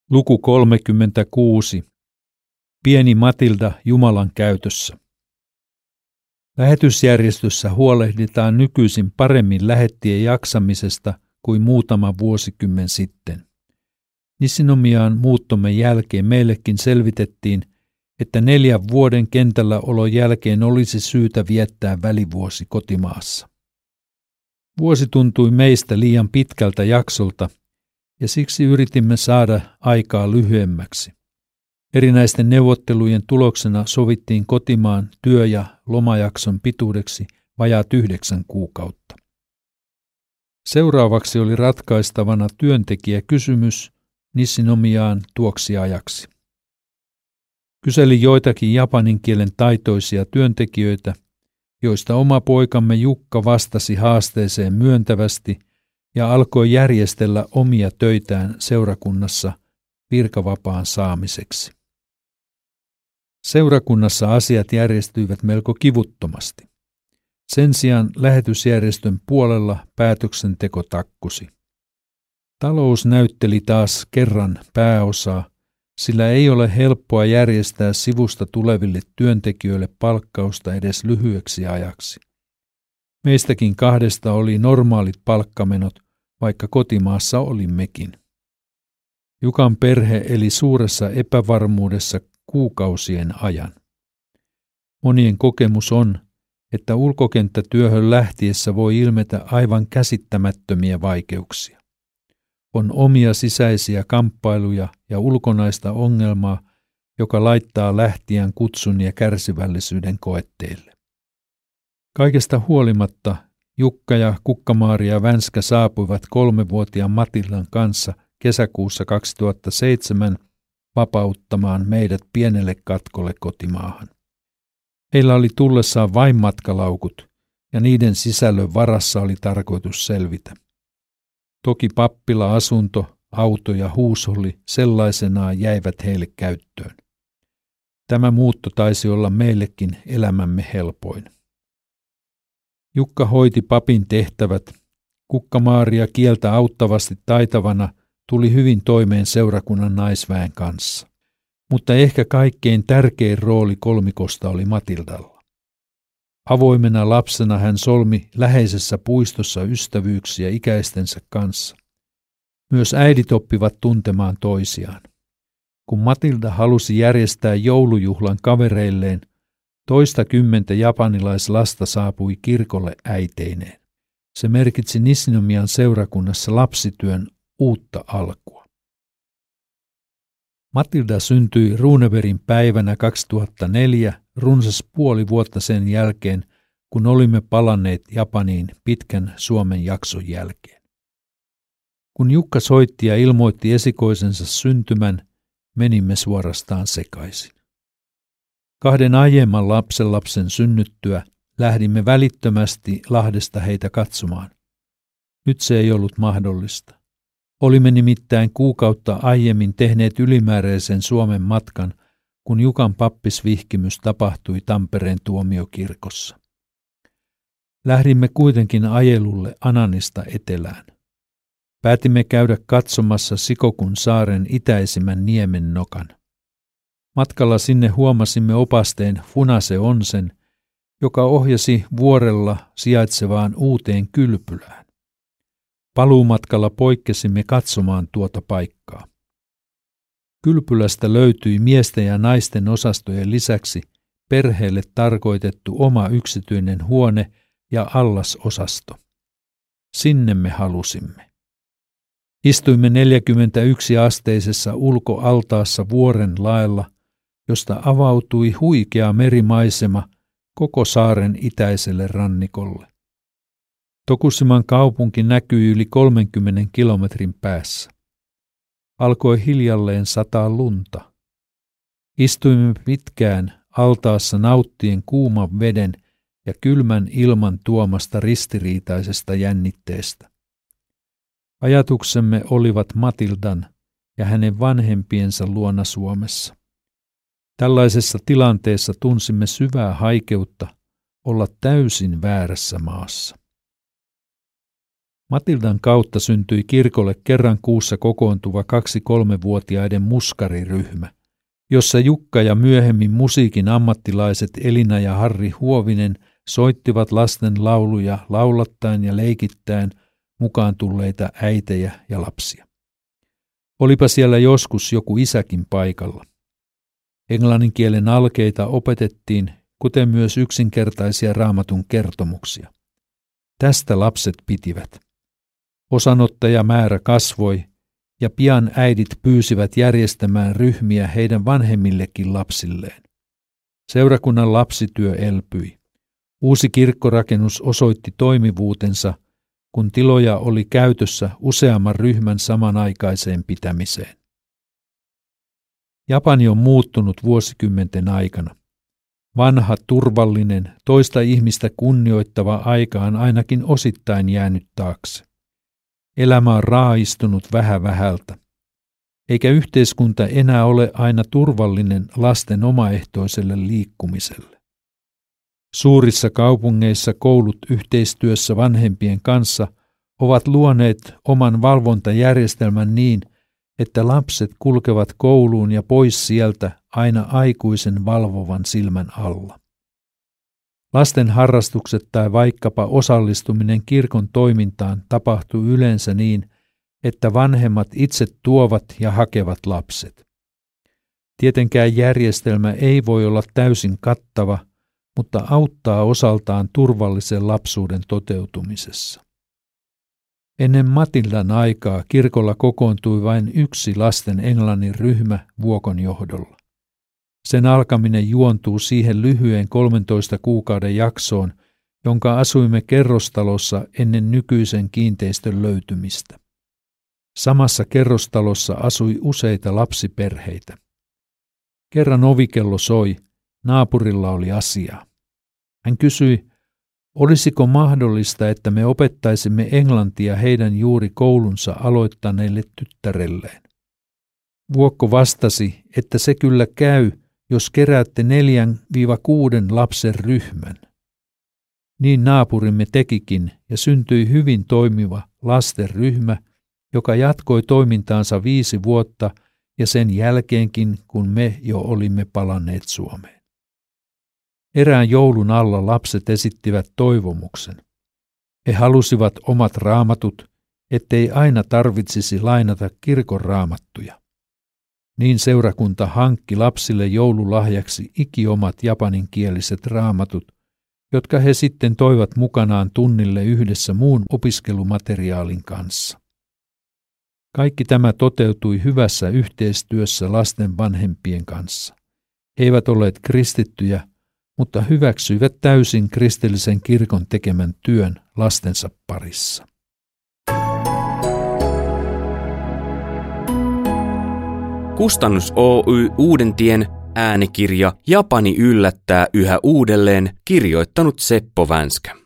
Luku 36. Pieni Matilda Jumalan käytössä. Lähetysjärjestössä huolehditaan nykyisin paremmin lähettien jaksamisesta kuin muutama vuosikymmen sitten. Nishinomiaan muuttomme jälkeen meillekin selvitettiin, että 4 vuoden kentällä olon jälkeen olisi syytä viettää välivuosi kotimaassa. Vuosi tuntui meistä liian pitkältä jaksolta, ja siksi yritimme saada aikaa lyhyemmäksi. Erinäisten neuvottelujen tuloksena sovittiin kotimaan työ- ja lomajakson pituudeksi vajaat 9 kuukautta. Seuraavaksi oli ratkaistavana työntekijäkysymys Nishinomiaan tuoksi ajaksi. Kyselin joitakin japanin kielen taitoisia työntekijöitä, joista oma poikamme Jukka vastasi haasteeseen myöntävästi ja alkoi järjestellä omia töitään seurakunnassa virkavapaan saamiseksi. Seurakunnassa asiat järjestyivät melko kivuttomasti. Sen sijaan lähetysjärjestön puolella päätöksenteko takkusi. Talous näytteli taas kerran pääosaa, sillä ei ole helppoa järjestää sivusta tuleville työntekijöille palkkausta edes lyhyeksi ajaksi. Meistäkin 2 oli normaalit palkkamenot, vaikka kotimaassa olimmekin. Jukan perhe eli suuressa epävarmuudessa kuukausien ajan. Monien kokemus on, että ulkokenttätyöhön lähtiessä voi ilmetä aivan käsittämättömiä vaikeuksia. On omia sisäisiä kamppailuja ja ulkonaista ongelmaa, joka laittaa lähtijän kutsun ja kärsivällisyyden koetteille. Kaikesta huolimatta Jukka ja Kukka-Maaria Vänskä saapuivat 3-vuotiaan Matildan kanssa kesäkuussa 2007 vapauttamaan meidät pienelle katkolle kotimaahan. Heillä oli tullessaan vain matkalaukut, ja niiden sisällön varassa oli tarkoitus selvitä. Toki pappila, asunto, auto ja huusholli sellaisenaan jäivät heille käyttöön. Tämä muutto taisi olla meillekin elämämme helpoin. Jukka hoiti papin tehtävät. Kukka-Maaria kieltä auttavasti taitavana tuli hyvin toimeen seurakunnan naisväen kanssa. Mutta ehkä kaikkein tärkein rooli kolmikosta oli Matildalla. Avoimena lapsena hän solmi läheisessä puistossa ystävyyksiä ikäistensä kanssa. Myös äidit oppivat tuntemaan toisiaan. Kun Matilda halusi järjestää joulujuhlan kavereilleen, 20 japanilaislasta saapui kirkolle äiteineen. Se merkitsi Nishinomian seurakunnassa lapsityön uutta alkua. Matilda syntyi Runebergin päivänä 2004, runsas puoli vuotta sen jälkeen, kun olimme palanneet Japaniin pitkän Suomen jakson jälkeen. Kun Jukka soitti ja ilmoitti esikoisensa syntymän, menimme suorastaan sekaisin. 2 aiemman lapsenlapsen synnyttyä lähdimme välittömästi Lahdesta heitä katsomaan. Nyt se ei ollut mahdollista. Olimme nimittäin kuukautta aiemmin tehneet ylimääräisen Suomen matkan, kun Jukan pappisvihkimys tapahtui Tampereen tuomiokirkossa. Lähdimme kuitenkin ajelulle Ananista etelään. Päätimme käydä katsomassa Sikokun saaren itäisimmän niemen nokan. Matkalla sinne huomasimme opasteen Funase Onsen, joka ohjasi vuorella sijaitsevaan uuteen kylpylään. Paluumatkalla poikkesimme katsomaan tuota paikkaa. Kylpylästä löytyi miesten ja naisten osastojen lisäksi perheelle tarkoitettu oma yksityinen huone ja allasosasto. Sinne me halusimme. Istuimme 41-asteisessa ulkoaltaassa vuoren laella, josta avautui huikea merimaisema koko saaren itäiselle rannikolle. Tokushiman kaupunki näkyi yli 30 kilometrin päässä. Alkoi hiljalleen sataa lunta. Istuimme pitkään altaassa nauttien kuuman veden ja kylmän ilman tuomasta ristiriitaisesta jännitteestä. Ajatuksemme olivat Matildan ja hänen vanhempiensa luona Suomessa. Tällaisessa tilanteessa tunsimme syvää haikeutta olla täysin väärässä maassa. Matildan kautta syntyi kirkolle kerran kuussa kokoontuva 2-3-vuotiaiden muskariryhmä, jossa Jukka ja myöhemmin musiikin ammattilaiset Elina ja Harri Huovinen soittivat lasten lauluja laulattaen ja leikittäen mukaan tulleita äitejä ja lapsia. Olipa siellä joskus joku isäkin paikalla. Englannin kielen alkeita opetettiin, kuten myös yksinkertaisia Raamatun kertomuksia. Tästä lapset pitivät. Osanottajamäärä kasvoi, ja pian äidit pyysivät järjestämään ryhmiä heidän vanhemmillekin lapsilleen. Seurakunnan lapsityö elpyi. Uusi kirkkorakennus osoitti toimivuutensa, kun tiloja oli käytössä useamman ryhmän samanaikaiseen pitämiseen. Japani on muuttunut vuosikymmenten aikana. Vanha, turvallinen, toista ihmistä kunnioittava aika on ainakin osittain jäänyt taakse. Elämä on raaistunut vähä vähältä. Eikä yhteiskunta enää ole aina turvallinen lasten omaehtoiselle liikkumiselle. Suurissa kaupungeissa koulut yhteistyössä vanhempien kanssa ovat luoneet oman valvontajärjestelmän niin, että lapset kulkevat kouluun ja pois sieltä aina aikuisen valvovan silmän alla. Lasten harrastukset tai vaikkapa osallistuminen kirkon toimintaan tapahtuu yleensä niin, että vanhemmat itse tuovat ja hakevat lapset. Tietenkään järjestelmä ei voi olla täysin kattava, mutta auttaa osaltaan turvallisen lapsuuden toteutumisessa. Ennen Matildan aikaa kirkolla kokoontui vain yksi lasten englannin ryhmä Vuokon johdolla. Sen alkaminen juontuu siihen lyhyen 13 kuukauden jaksoon, jonka asuimme kerrostalossa ennen nykyisen kiinteistön löytymistä. Samassa kerrostalossa asui useita lapsiperheitä. Kerran ovikello soi, naapurilla oli asiaa. Hän kysyi, olisiko mahdollista, että me opettaisimme englantia heidän juuri koulunsa aloittaneille tyttärelleen. Vuokko vastasi, että se kyllä käy, jos keräätte 4-6 lapsen ryhmän. Niin naapurimme tekikin ja syntyi hyvin toimiva lastenryhmä, joka jatkoi toimintaansa 5 vuotta ja sen jälkeenkin, kun me jo olimme palanneet Suomeen. Erään joulun alla lapset esittivät toivomuksen. He halusivat omat raamatut, ettei aina tarvitsisi lainata kirkon raamattuja. Niin seurakunta hankki lapsille joululahjaksi ikiomat japaninkieliset raamatut, jotka he sitten toivat mukanaan tunnille yhdessä muun opiskelumateriaalin kanssa. Kaikki tämä toteutui hyvässä yhteistyössä lasten vanhempien kanssa. He eivät olleet kristittyjä, mutta hyväksyivät täysin kristillisen kirkon tekemän työn lastensa parissa. Kustannus Oy Uudentien äänikirja Japani yllättää yhä uudelleen kirjoittanut Seppo Vänskä.